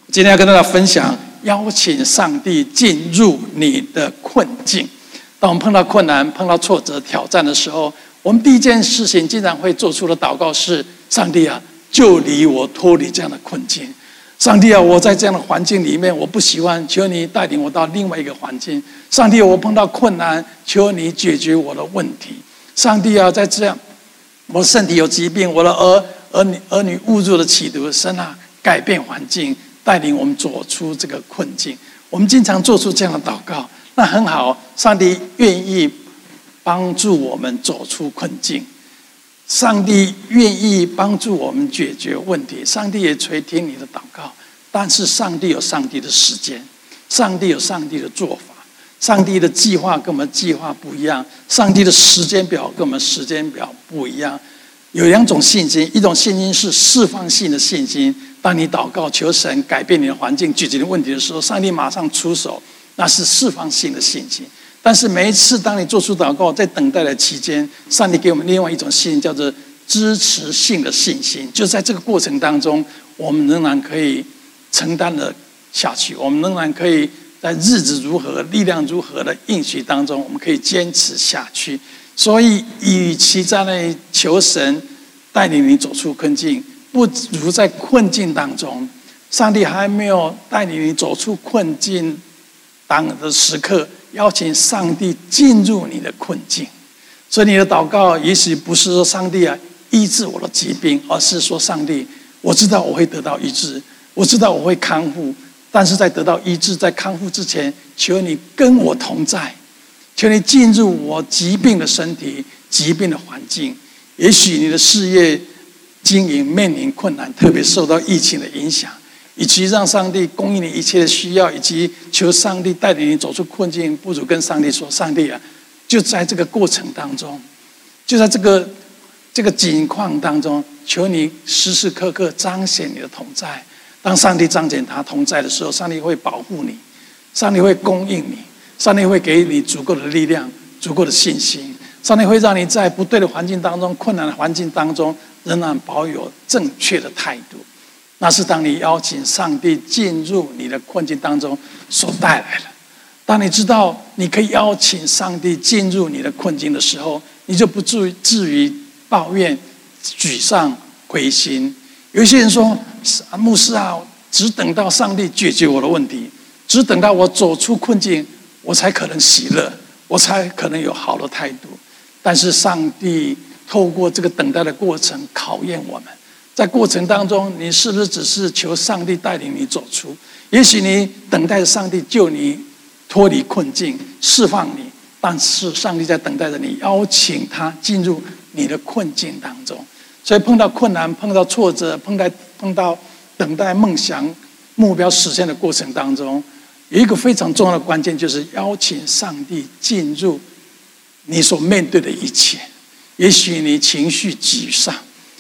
今天要跟大家分享，邀请上帝进入你的困境。当我们碰到困难、碰到挫折、挑战的时候，我们第一件事情经常会做出的祷告是：上帝啊，救离我脱离这样的困境。上帝啊，我在这样的环境里面，我不喜欢，求你带领我到另外一个环境。上帝，我碰到困难，求你解决我的问题。上帝啊，在这样，我身体有疾病，我的儿女误入了歧途，神啊，改变环境，带领我们走出这个困境。我们经常做出这样的祷告，那很好，上帝愿意帮助我们走出困境，上帝愿意帮助我们解决问题，上帝也垂听你的祷告。但是上帝有上帝的时间，上帝有上帝的做法，上帝的计划跟我们计划不一样，上帝的时间表跟我们时间表不一样。有两种信心，一种信心是释放性的信心，当你祷告求神改变你的环境、解决你的问题的时候，上帝马上出手，那是释放性的信心。但是每一次当你做出祷告，在等待的期间，上帝给我们另外一种信心，叫做支持性的信心。就在这个过程当中，我们仍然可以承担的下去，我们仍然可以在日子如何、力量如何的应许当中，我们可以坚持下去。所以，与其在那里求神带领你走出困境，不如在困境当中，上帝还没有带领你走出困境当的时刻，邀请上帝进入你的困境。所以你的祷告也许不是说上帝啊医治我的疾病，而是说上帝，我知道我会得到医治，我知道我会康复，但是在得到医治、在康复之前，求你跟我同在，求你进入我疾病的身体、疾病的环境。也许你的事业经营面临困难，特别受到疫情的影响，以及让上帝供应你一切的需要，以及求上帝带领你走出困境，不如跟上帝说：上帝啊，就在这个过程当中，就在这个境况当中，求你时时刻刻彰显你的同在。当上帝彰显他同在的时候，上帝会保护你，上帝会供应你，上帝会给你足够的力量、足够的信心。上帝会让你在不对的环境当中、困难的环境当中，仍然保有正确的态度。那是当你邀请上帝进入你的困境当中所带来的。当你知道你可以邀请上帝进入你的困境的时候，你就不至于抱怨、沮丧、灰心。有一些人说：牧师啊，只等到上帝解决我的问题，只等到我走出困境，我才可能喜乐，我才可能有好的态度。但是上帝透过这个等待的过程考验我们，在过程当中，你是不是只是求上帝带领你走出？也许你等待着上帝救你脱离困境、释放你，但是上帝在等待着你，邀请他进入你的困境当中。所以碰到困难、碰到挫折、碰到等待梦想目标实现的过程当中，有一个非常重要的关键，就是邀请上帝进入你所面对的一切。也许你情绪沮丧，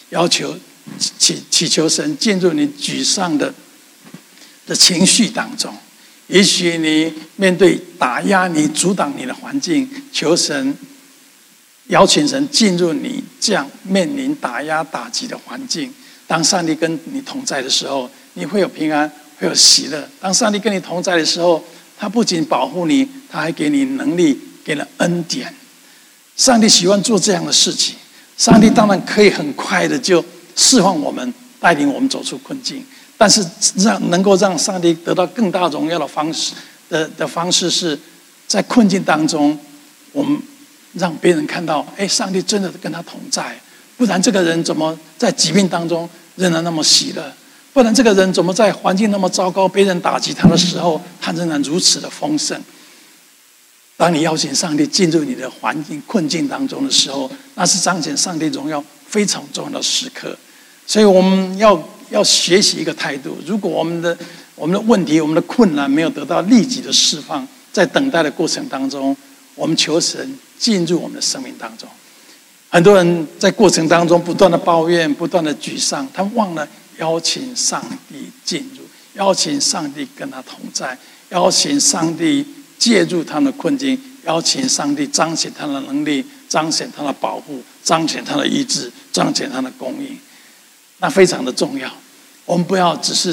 祈求神进入你沮丧的情绪当中。也许你面对打压你、阻挡你的环境，求神邀请神进入你这样面临打压、打击的环境。当上帝跟你同在的时候，你会有平安，会有喜乐。当上帝跟你同在的时候，他不仅保护你，他还给你能力，给了恩典。上帝喜欢做这样的事情。上帝当然可以很快的就释放我们，带领我们走出困境，但是能够让上帝得到更大荣耀的方式是在困境当中，我们让别人看到，上帝真的跟他同在。不然这个人怎么在疾病当中仍然那么喜乐？不然这个人怎么在环境那么糟糕、别人打击他的时候，他仍然如此的丰盛？当你邀请上帝进入你的环境困境当中的时候，那是彰显上帝荣耀非常重要的时刻。所以我们要学习一个态度：如果我们的问题、我们的困难没有得到立即的释放，在等待的过程当中，我们求神进入我们的生命当中。很多人在过程当中不断的抱怨、不断的沮丧，他们忘了邀请上帝进入，邀请上帝跟他同在，邀请上帝介入他的困境，邀请上帝彰显他的能力，彰显他的保护，彰显他的医治，彰显他的供应。那非常的重要。我们不要只是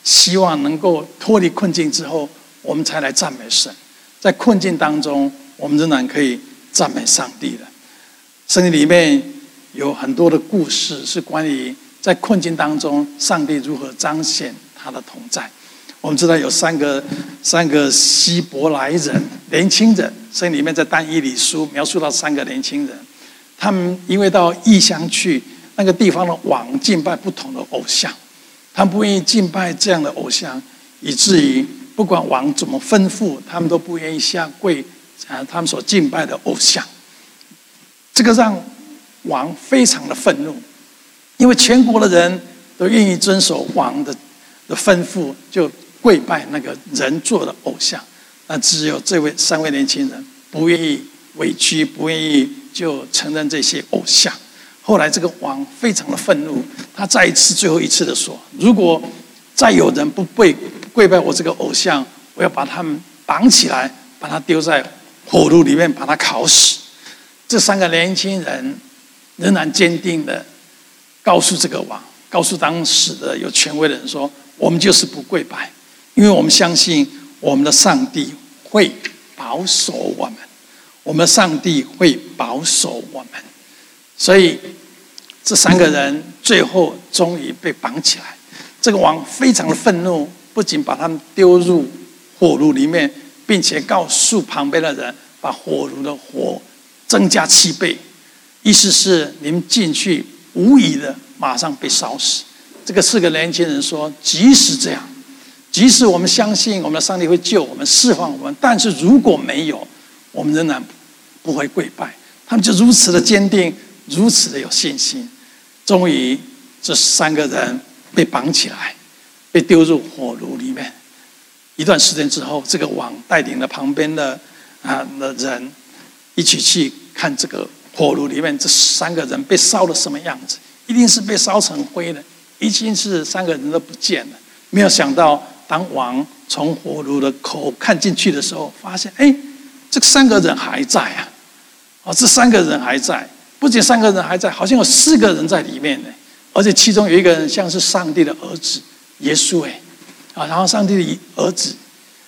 希望能够脱离困境之后，我们才来赞美神。在困境当中，我们仍然可以赞美上帝的。圣经里面有很多的故事，是关于在困境当中，上帝如何彰显他的同在。我们知道有三个希伯来人年轻人，圣经里面在但以理书描述到3个年轻人，他们因为到异乡去，那个地方的王敬拜不同的偶像，他们不愿意敬拜这样的偶像，以至于不管王怎么吩咐，他们都不愿意下跪他们所敬拜的偶像。这个让王非常的愤怒，因为全国的人都愿意遵守王的吩咐，就跪拜那个人做的偶像，那只有这3位年轻人不愿意委屈，不愿意就承认这些偶像。后来这个王非常的愤怒，他最后一次的说：如果再有人不跪拜我这个偶像，我要把他们绑起来，把他丢在火炉里面，把他烤死。这3个年轻人仍然坚定的告诉这个王，告诉当时的有权威的人说：我们就是不跪拜，因为我们相信我们的上帝会保守我们，我们的上帝会保守我们。所以这3个人最后终于被绑起来。这个王非常的愤怒，不仅把他们丢入火炉里面，并且告诉旁边的人把火炉的火增加7倍，意思是你们进去无疑的马上被烧死。这个4个年轻人说：即使这样，即使我们相信我们的上帝会救我们、释放我们，但是如果没有，我们仍然不会跪拜。他们就如此的坚定，如此的有信心。终于这3个人被绑起来，被丢入火炉里面。一段时间之后，这个王带领了旁边的人一起去看这个火炉里面这3个人被烧的什么样子。一定是被烧成灰的，一定是3个人都不见了。没有想到，当王从火炉的口看进去的时候，发现这3个人还在啊！这3个人还在，不仅3个人还在，好像有4个人在里面呢。而且其中有一个人像是上帝的儿子耶稣然后上帝的儿子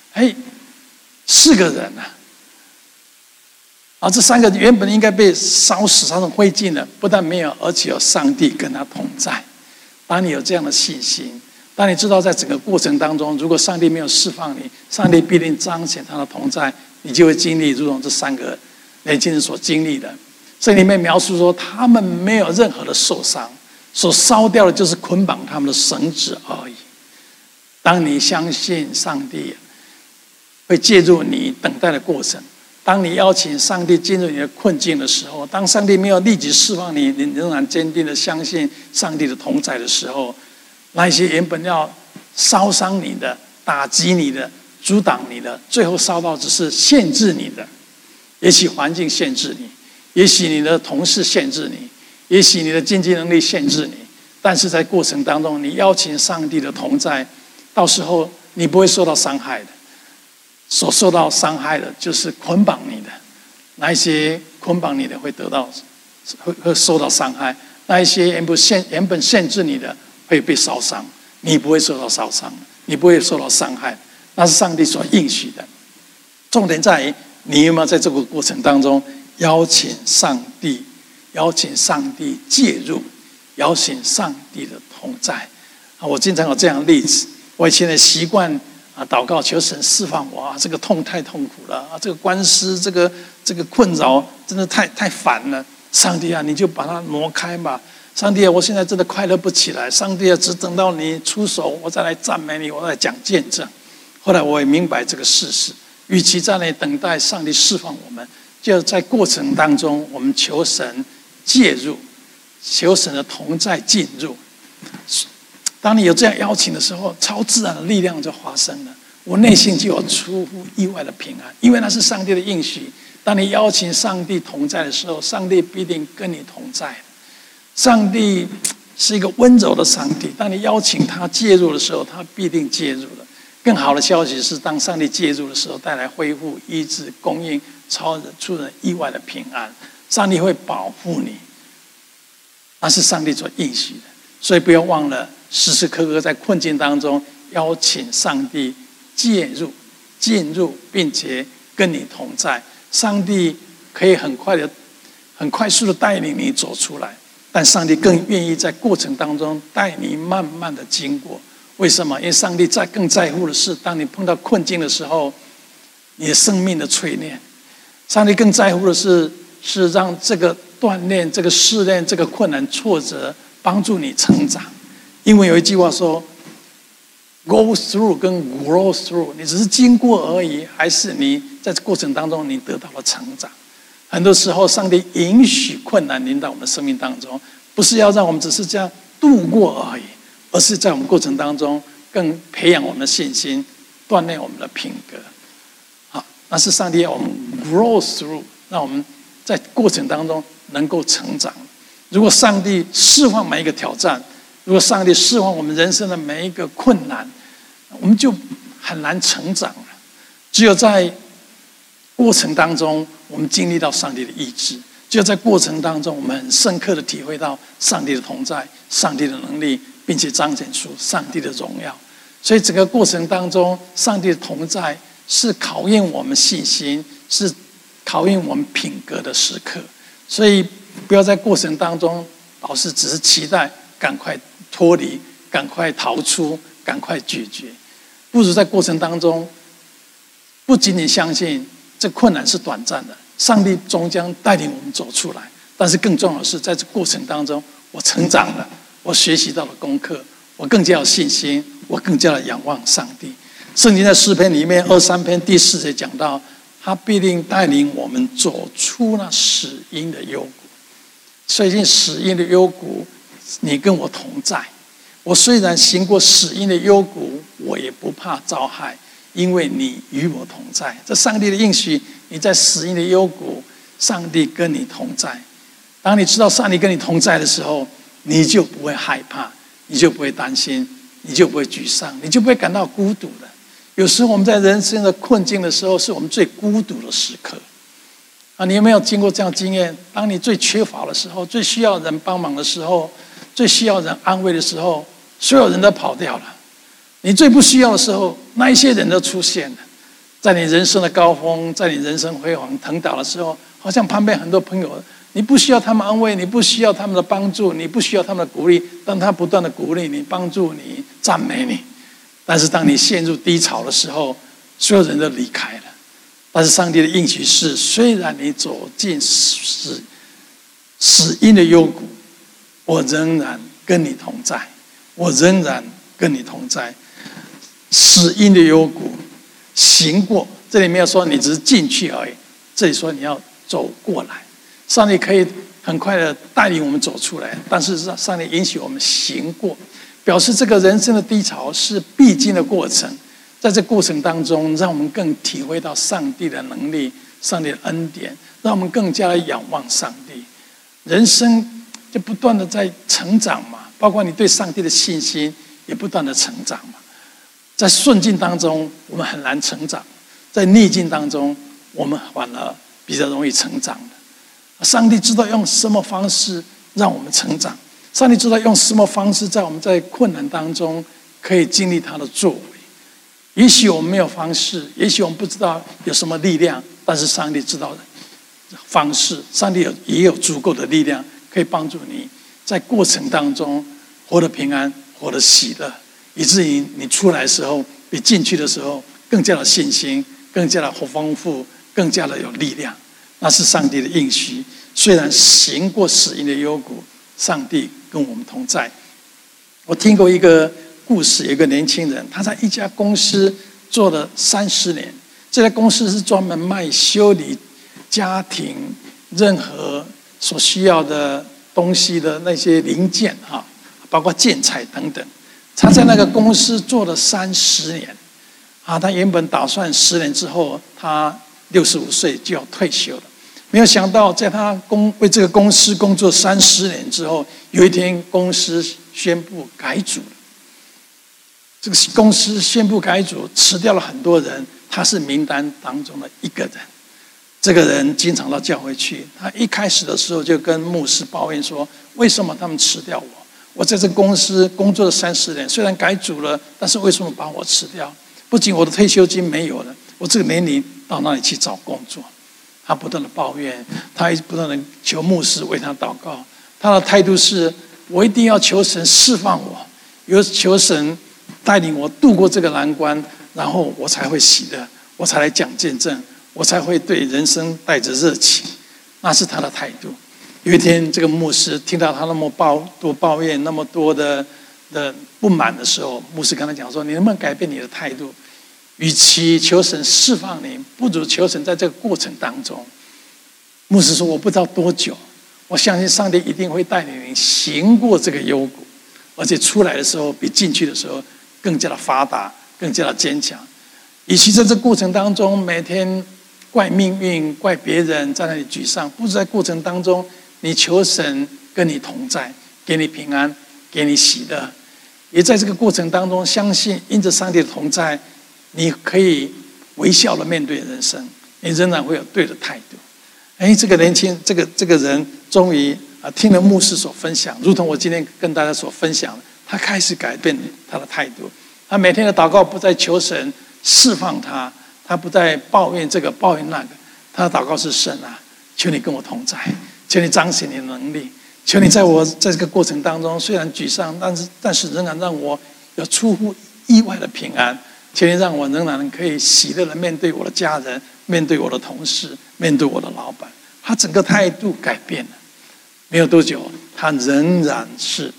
，4个人这3个原本应该被烧死、烧成灰烬了，不但没有，而且有上帝跟他同在。当你有这样的信心，当你知道在整个过程当中，如果上帝没有释放你，上帝必定彰显他的同在，你就会经历如同这3个年轻人所经历的。圣经里面描述说，他们没有任何的受伤，所烧掉的就是捆绑他们的绳子而已。当你相信上帝会介入你等待的过程，当你邀请上帝进入你的困境的时候，当上帝没有立即释放你，你仍然坚定的相信上帝的同在的时候，那些原本要烧伤你的、打击你的、阻挡你的，最后烧到只是限制你的。也许环境限制你，也许你的同事限制你，也许你的经济能力限制你，但是在过程当中，你邀请上帝的同在，到时候你不会受到伤害的。所受到伤害的就是捆绑你的，那一些捆绑你的会受到伤害，那一些原本限制你的会被烧伤，你不会受到烧伤，你不会受到伤害，那是上帝所应许的。重点在于你有没有在这个过程当中邀请上帝介入，邀请上帝的同在。我经常有这样的例子，我以前的习惯祷告求神释放我这个痛太痛苦了这个官司这个困扰真的太烦了。上帝你就把它挪开吧。上帝我现在真的快乐不起来。上帝只等到你出手，我再来赞美你，我再来讲见证。后来我也明白这个事实，与其在那里等待上帝释放我们，就在过程当中我们求神介入，求神的同在进入。当你有这样邀请的时候，超自然的力量就发生了，我内心就有出乎意外的平安，因为那是上帝的应许。当你邀请上帝同在的时候，上帝必定跟你同在。上帝是一个温柔的上帝，当你邀请他介入的时候，他必定介入了。更好的消息是，当上帝介入的时候，带来恢复、医治、供应、出人意外的平安。上帝会保护你，那是上帝所应许的。所以不要忘了，时时刻刻在困境当中邀请上帝介入、进入，并且跟你同在。上帝可以很快速的带领你走出来，但上帝更愿意在过程当中带你慢慢的经过。为什么？因为上帝更在乎的是，当你碰到困境的时候，你的生命的淬炼。上帝更在乎的是让这个锻炼、这个试炼、这个困难、挫折帮助你成长。因为有一句话说 ，go through 跟 grow through， 你只是经过而已，还是你在这过程当中你得到了成长？很多时候，上帝允许困难临到我们的生命当中，不是要让我们只是这样度过而已，而是在我们过程当中更培养我们的信心，锻炼我们的品格。好，那是上帝要我们 grow through， 让我们在过程当中能够成长。如果上帝释放每一个挑战，如果上帝释放我们人生的每一个困难，我们就很难成长了。只有在过程当中，我们经历到上帝的意志；只有在过程当中，我们很深刻的体会到上帝的同在、上帝的能力，并且彰显出上帝的荣耀。所以整个过程当中，上帝的同在是考验我们信心，是考验我们品格的时刻。所以不要在过程当中老是只是期待赶快脱离、赶快逃出、赶快解决，不如在过程当中不仅仅相信这困难是短暂的，上帝终将带领我们走出来。但是更重要的是，在这过程当中，我成长了，我学习到了功课，我更加有信心，我更加的仰望上帝。圣经在诗篇里面23篇第4节讲到，他必定带领我们走出那死荫的幽谷。最近死荫的幽谷，你跟我同在。我虽然行过死荫的幽谷，我也不怕遭害，因为你与我同在。这上帝的应许，你在死荫的幽谷，上帝跟你同在。当你知道上帝跟你同在的时候，你就不会害怕，你就不会担心，你就不会沮丧，你就不会感到孤独的。有时候我们在人生的困境的时候，是我们最孤独的时刻。你有没有经过这样的经验？当你最缺乏的时候，最需要人帮忙的时候，最需要人安慰的时候，所有人都跑掉了。你最不需要的时候，那一些人都出现了。在你人生的高峰，在你人生辉煌腾达的时候，好像旁边很多朋友，你不需要他们安慰，你不需要他们的帮助，你不需要他们的鼓励，但他不断的鼓励你、帮助你、赞美你。但是当你陷入低潮的时候，所有人都离开了。但是上帝的应许是，虽然你走进死荫的幽谷，我仍然跟你同在，我仍然跟你同在。死荫的幽谷行过，这里没有说你只是进去而已，这里说你要走过来。上帝可以很快的带领我们走出来，但是上帝允许我们行过，表示这个人生的低潮是必经的过程。在这过程当中，让我们更体会到上帝的能力、上帝的恩典，让我们更加的仰望上帝。人生就不断的在成长嘛，包括你对上帝的信心也不断的成长嘛。在顺境当中，我们很难成长；在逆境当中，我们反而比较容易成长的。上帝知道用什么方式让我们成长，上帝知道用什么方式在我们在困难当中可以经历他的作为。也许我们没有方式，也许我们不知道有什么力量，但是上帝知道的方式，上帝也有足够的力量可以帮助你在过程当中活得平安，活得喜乐，以至于你出来的时候比进去的时候更加的信心，更加的丰富，更加的有力量。那是上帝的应许。虽然行过死荫的幽谷，上帝跟我们同在。我听过一个故事，有一个年轻人，他在一家公司做了30年。这家公司是专门卖修理家庭任何所需要的东西的那些零件啊，包括建材等等。他在那个公司做了30年啊，他原本打算10年之后，他65岁就要退休了。没有想到，在他为这个公司工作30年之后，有一天公司宣布改组了。这个公司宣布改组，辞掉了很多人，他是名单当中的一个人。这个人经常到教会去，他一开始的时候就跟牧师抱怨说：为什么他们辞掉我？ 我在这个公司工作了30年，虽然改组了，但是为什么把我辞掉？不仅我的退休金没有了，我这个年龄到哪里去找工作？他不断的抱怨，他不断的求牧师为他祷告。他的态度是：我一定要求神释放我，有求神带领我度过这个难关，然后我才会喜乐，我才来讲见证，我才会对人生带着热情。那是他的态度。有一天，这个牧师听到他那么多抱怨，那么多的不满的时候，牧师跟他讲说：你能不能改变你的态度？与其求神释放你，不如求神在这个过程当中。牧师说：我不知道多久，我相信上帝一定会带领你行过这个幽谷，而且出来的时候比进去的时候更加的发达，更加的坚强。与其在这个过程当中每天怪命运、怪别人，在那里沮丧，不如在过程当中你求神跟你同在，给你平安，给你喜乐。也在这个过程当中，相信因着上帝的同在，你可以微笑的面对人生，你仍然会有对的态度。这个年轻这个人终于听了牧师所分享，如同我今天跟大家所分享的，他开始改变他的态度。他每天的祷告不再求神释放他，他不再抱怨这个抱怨那个，他的祷告是：神啊，求你跟我同在，求你彰显你的能力，求你在我在这个过程当中虽然沮丧，但是仍然让我有出乎意外的平安。求你让我仍然可以喜乐的面对我的家人，面对我的同事，面对我的老板。他整个态度改变了，没有多久，他仍然是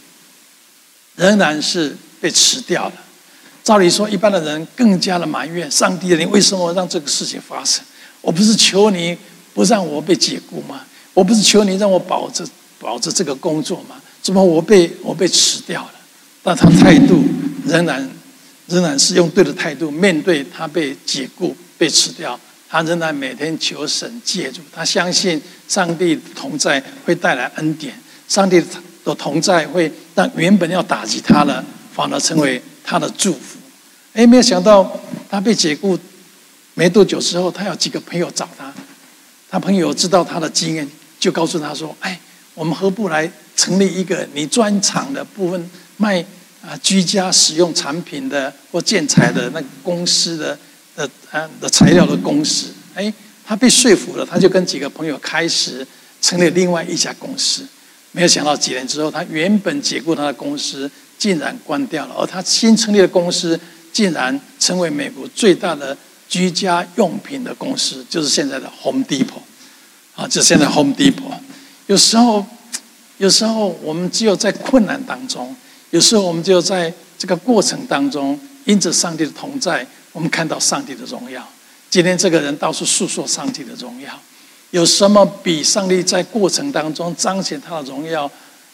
被辞掉了。照理说，一般的人更加的埋怨上帝，你为什么让这个事情发生？我不是求你不让我被解雇吗？我不是求你让我保着这个工作吗？怎么我被辞掉了？但他态度仍然是用对的态度面对他被解雇、被辞掉。他仍然每天求神介入，他相信上帝的同在会带来恩典，上帝的同在会让原本要打击他的，反而成为他的祝福。没有想到他被解雇没多久之后，他有几个朋友找他，他朋友知道他的经验，就告诉他说：我们何不来成立一个你专长的部分，卖居家使用产品的或建材的那个公司的材料的公司。他被说服了，他就跟几个朋友开始成立另外一家公司。没有想到几年之后，他原本解雇他的公司竟然关掉了，而他新成立的公司竟然成为美国最大的居家用品的公司，就是现在的 Home Depot。就是现在 Home Depot。有时候我们只有在困难当中，有时候我们只有在这个过程当中，因着上帝的同在，我们看到上帝的荣耀。今天这个人到处诉说上帝的荣耀，有什么比上帝在过程当中彰显他的荣耀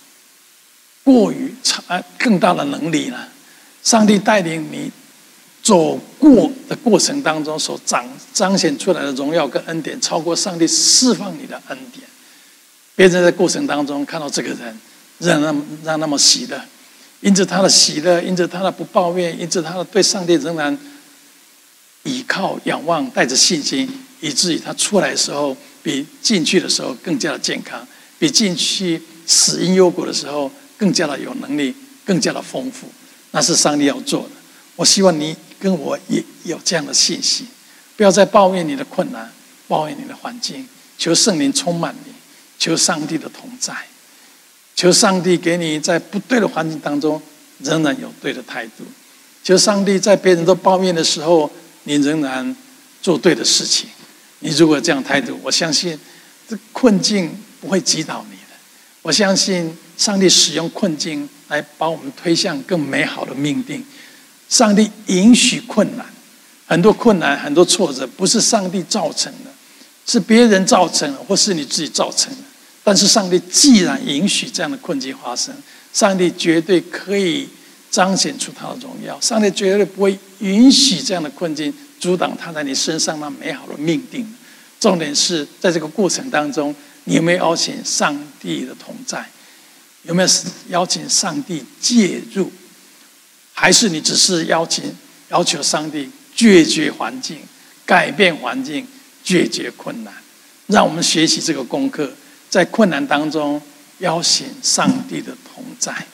更大的能力呢？上帝带领你走过的过程当中所彰显出来的荣耀跟恩典，超过上帝释放你的恩典。别人在过程当中看到这个人让那么喜乐，因着他的喜乐，因着他的不抱怨，因着他的对上帝仍然倚靠仰望，带着信心，以至于他出来的时候比进去的时候更加的健康，比进去死因幽谷的时候更加的有能力，更加的丰富。那是上帝要做的。我希望你跟我也有这样的信心，不要再抱怨你的困难，抱怨你的环境，求圣灵充满你，求上帝的同在，求上帝给你在不对的环境当中仍然有对的态度，求上帝在别人都抱怨的时候，你仍然做对的事情。你如果有这样的态度，我相信这困境不会击倒你的。我相信上帝使用困境来把我们推向更美好的命定。上帝允许困难，很多困难，很多挫折不是上帝造成的，是别人造成的，或是你自己造成的。但是上帝既然允许这样的困境发生，上帝绝对可以彰显出他的荣耀，上帝绝对不会允许这样的困境阻挡他在你身上那美好的命定。重点是在这个过程当中，你有没有邀请上帝的同在？有没有邀请上帝介入？还是你只是要求上帝解决环境、改变环境、解决困难？让我们学习这个功课，在困难当中邀请上帝的同在。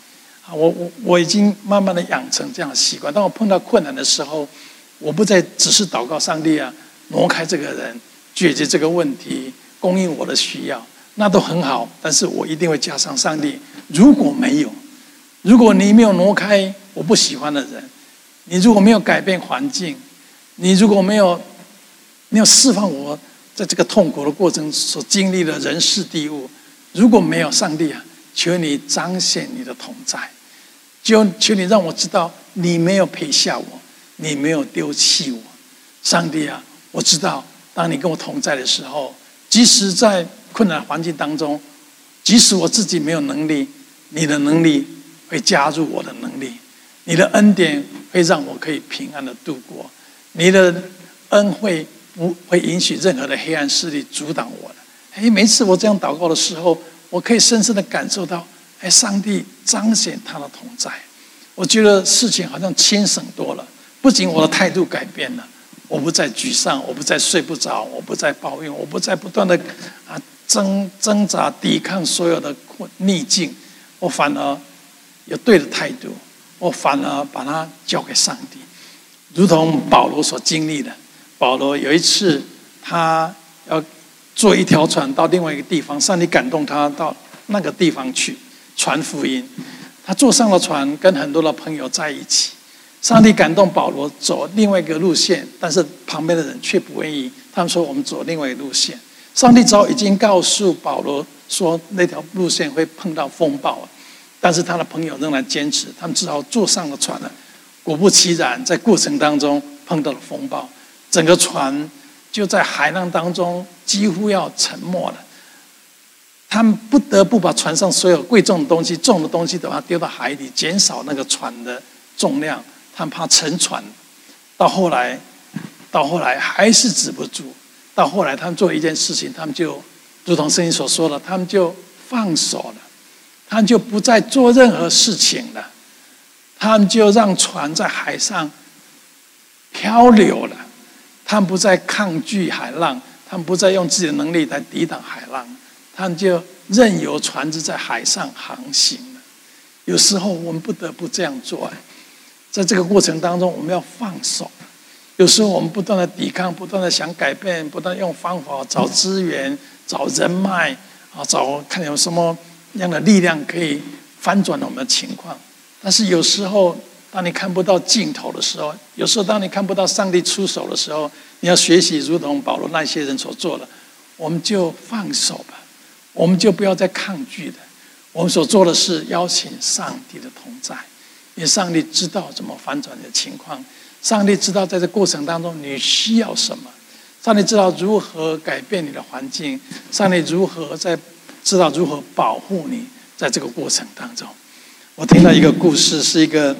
我已经慢慢的养成这样的习惯。当我碰到困难的时候，我不再只是祷告上帝啊，挪开这个人，解决这个问题，供应我的需要，那都很好。但是我一定会加上上帝，如果你没有挪开我不喜欢的人，你如果没有改变环境，你如果没有释放我在这个痛苦的过程所经历的人事地物，如果没有上帝啊，求你彰显你的同在，求你让我知道你没有撇下我，你没有丢弃我。上帝啊，我知道当你跟我同在的时候，即使在困难环境当中，即使我自己没有能力，你的能力会加入我的能力，你的恩典会让我可以平安的度过，你的恩惠不会允许任何的黑暗势力阻挡我的。每次我这样祷告的时候，我可以深深的感受到，上帝彰显他的同在。我觉得事情好像轻省多了，不仅我的态度改变了，我不再沮丧，我不再睡不着，我不再抱怨，我不再不断的挣扎抵抗所有的逆境，我反而有对的态度，我反而把它交给上帝。如同保罗所经历的，保罗有一次他要坐一条船到另外一个地方，上帝感动他到那个地方去传福音。他坐上了船，跟很多的朋友在一起。上帝感动保罗走另外一个路线，但是旁边的人却不愿意，他们说我们走另外一个路线。上帝早已经告诉保罗说那条路线会碰到风暴了，但是他的朋友仍然坚持，他们只好坐上了船了。果不其然，在过程当中碰到了风暴，整个船就在海浪当中几乎要沉没了。他们不得不把船上所有贵重的东西、重的东西都把它丢到海里，减少那个船的重量。他们怕沉船。到后来还是止不住。到后来他们做了一件事情，他们就如同圣经所说的，他们就放手了，他们就不再做任何事情了，他们就让船在海上漂流了，他们不再抗拒海浪，他们不再用自己的能力来抵挡海浪，他们就任由船只在海上航行了。有时候我们不得不这样做，在这个过程当中我们要放手。有时候我们不断的抵抗，不断的想改变，不断用方法找资源、找人脉找看有什么样的力量可以翻转我们的情况。但是有时候当你看不到尽头的时候，有时候当你看不到上帝出手的时候，你要学习如同保罗那些人所做的，我们就放手吧，我们就不要再抗拒的。我们所做的是邀请上帝的同在，因为上帝知道怎么翻转你的情况，上帝知道在这过程当中你需要什么，上帝知道如何改变你的环境，上帝知道如何保护你在这个过程当中。我听到一个故事，是一个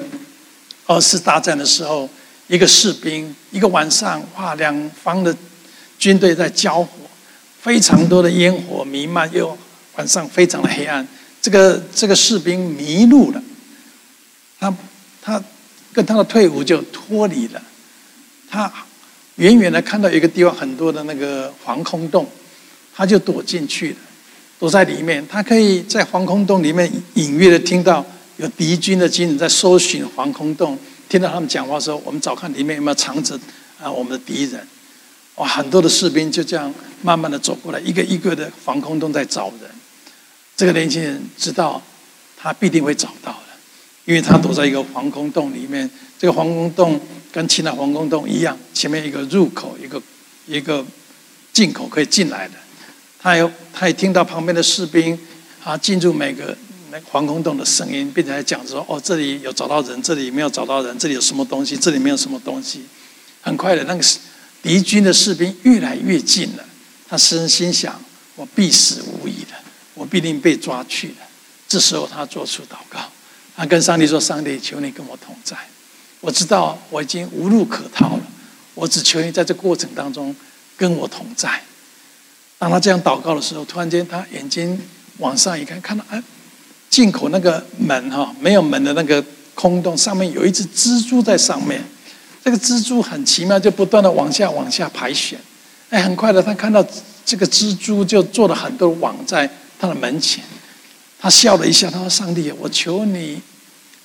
2次大战的时候，一个士兵一个晚上，两方的军队在交火，非常多的烟火弥漫，又晚上非常的黑暗。这个士兵迷路了，他跟他的队伍就脱离了。他远远的看到有一个地方很多的那个防空洞，他就躲进去了，躲在里面。他可以在防空洞里面隐约的听到有敌军的军人在搜寻防空洞，听到他们讲话的时候，我们找看里面有没有藏着我们的敌人。很多的士兵就这样慢慢的走过来，一个一个的防空洞在找人。这个年轻人知道他必定会找到的，因为他躲在一个防空洞里面。这个防空洞跟其他防空洞一样，前面一个入口，一个进口可以进来的。他也听到旁边的士兵进入每个防空洞的声音，并且还讲说这里有找到人，这里没有找到人，这里有什么东西，这里没有什么东西。很快的，那个敌军的士兵越来越近了。他心想，我必死无疑的，我必定被抓去了。这时候他做出祷告，他跟上帝说，上帝，求你跟我同在，我知道我已经无路可逃了，我只求你在这过程当中跟我同在。当他这样祷告的时候，突然间他眼睛往上一看，看到进口那个门没有门的那个空洞上面有一只蜘蛛在上面。这个蜘蛛很奇妙，就不断的往下盘旋。很快的他看到这个蜘蛛就做了很多网在他的门前。他笑了一下，他说，上帝，我求你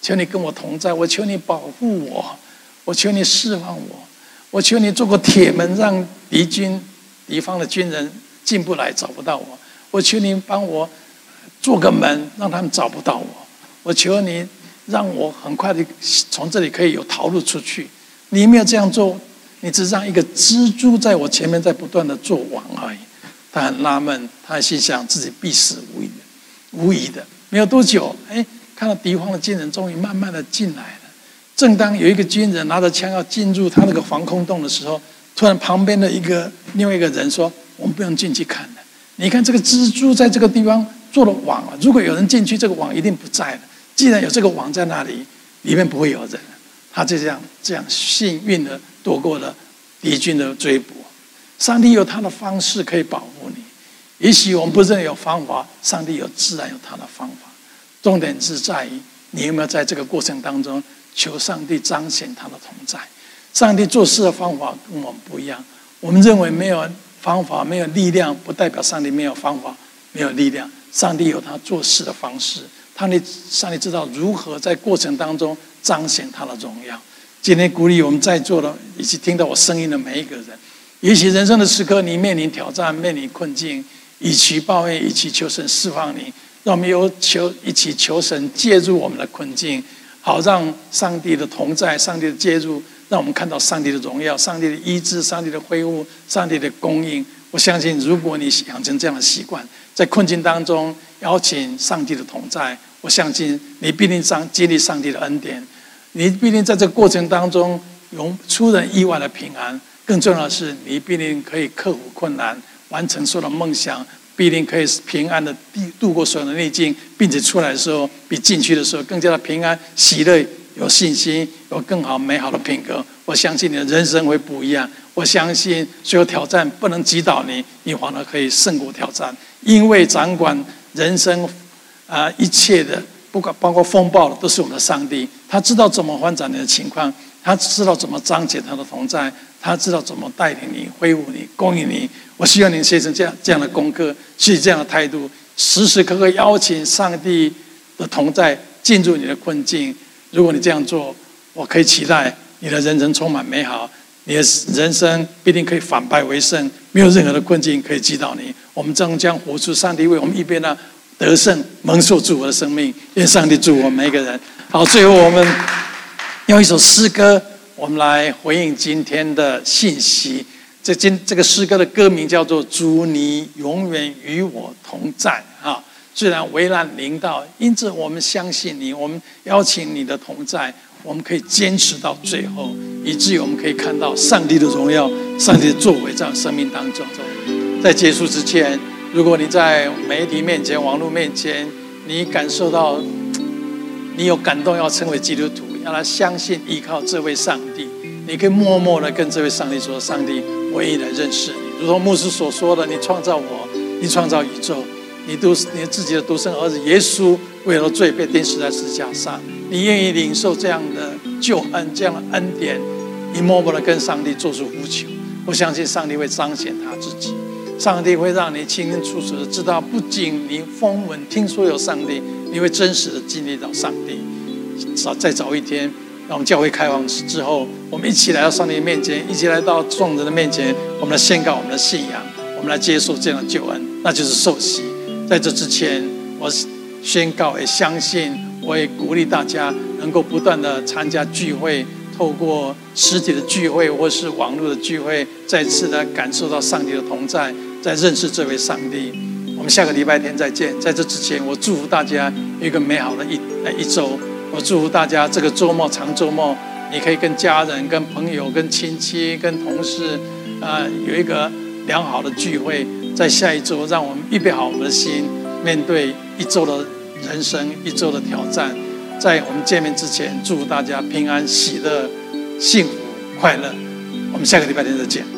求你跟我同在，我求你保护我，我求你释放我，我求你做个铁门，让敌方的军人进不来，找不到我。我求你帮我做个门，让他们找不到我。我求你让我很快的从这里可以有逃路出去。你没有这样做，你只让一个蜘蛛在我前面在不断的做网而已。他很纳闷，他心想自己必死无疑的。没有多久，看到敌方的军人终于慢慢的进来了。正当有一个军人拿着枪要进入他那个防空洞的时候，突然旁边的另外一个人说：“我们不用进去看了。你看这个蜘蛛在这个地方做了网了，如果有人进去，这个网一定不在了。既然有这个网在那里，里面不会有人。”他就这样幸运的躲过了敌军的追捕。上帝有他的方式可以保护你。也许我们不认为有方法，上帝自然有他的方法。重点是在于你有没有在这个过程当中求上帝彰显他的同在。上帝做事的方法跟我们不一样。我们认为没有方法、没有力量，不代表上帝没有方法、没有力量。上帝有他做事的方式，上帝知道如何在过程当中彰显他的荣耀。今天鼓励我们在座的以及听到我声音的每一个人，也许人生的时刻你面临挑战、面临困境，与其抱怨，与其求神释放你，让我们一起求神介入我们的困境，好让上帝的同在、上帝的介入，让我们看到上帝的荣耀、上帝的医治、上帝的恢复、上帝的供应。我相信，如果你养成这样的习惯，在困境当中邀请上帝的同在，我相信你必定经历上帝的恩典，你必定在这个过程当中有出人意外的平安。更重要的是，你必定可以克服困难，完成所有的梦想，必定可以平安的度过所有的逆境，并且出来的时候比进去的时候更加的平安、喜乐、有信心，有更好美好的品格。我相信你的人生会不一样。我相信所有挑战不能击倒你，你反而可以胜过挑战，因为掌管人生一切的，不管包括风暴的，都是我们的上帝。他知道怎么翻转你的情况，他知道怎么彰显他的同在，他知道怎么带领你、恢复你、供应你。我希望你写成这样的功课，是这样的态度，时时刻刻邀请上帝的同在进入你的困境。如果你这样做，我可以期待你的人生充满美好，你的人生必定可以反败为胜，没有任何的困境可以击倒你。我们终将活出上帝为我们预备那得胜、蒙受祝福的生命。愿上帝祝福我们每一个人。好，最后我们用一首诗歌，我们来回应今天的信息。这个诗歌的歌名叫做《主，你永远与我同在》啊。虽然危难临到，因此我们相信你，我们邀请你的同在，我们可以坚持到最后，以至于我们可以看到上帝的荣耀、上帝的作为在生命当中。在结束之前，如果你在媒体面前、网络面前，你感受到你有感动要成为基督徒，要来相信依靠这位上帝，你可以默默的跟这位上帝说：上帝，我愿意来认识你。如同牧师所说的，你创造我，你创造宇宙，你自己的独生儿子耶稣为了罪被钉死在十字架上，你愿意领受这样的救恩、这样的恩典，你默默的跟上帝做出呼求。我相信上帝会彰显他自己，上帝会让你清清楚楚的知道，不仅你风闻听说有上帝，你会真实的经历到上帝。再早一天，让我们教会开放之后，我们一起来到上帝面前，一起来到众人的面前，我们来宣告我们的信仰，我们来接受这样的救恩，那就是受洗。在这之前，我宣告也相信，我也鼓励大家能够不断的参加聚会，透过实体的聚会或是网络的聚会，再次的感受到上帝的同在，再认识这位上帝。我们下个礼拜天再见。在这之前，我祝福大家有一个美好的一周。我祝福大家这个周末、长周末，你可以跟家人、跟朋友、跟亲戚、跟同事，有一个良好的聚会。在下一周，让我们预备好我们的心，面对一周的人生、一周的挑战。在我们见面之前，祝福大家平安、喜乐、幸福、快乐。我们下个礼拜天再见。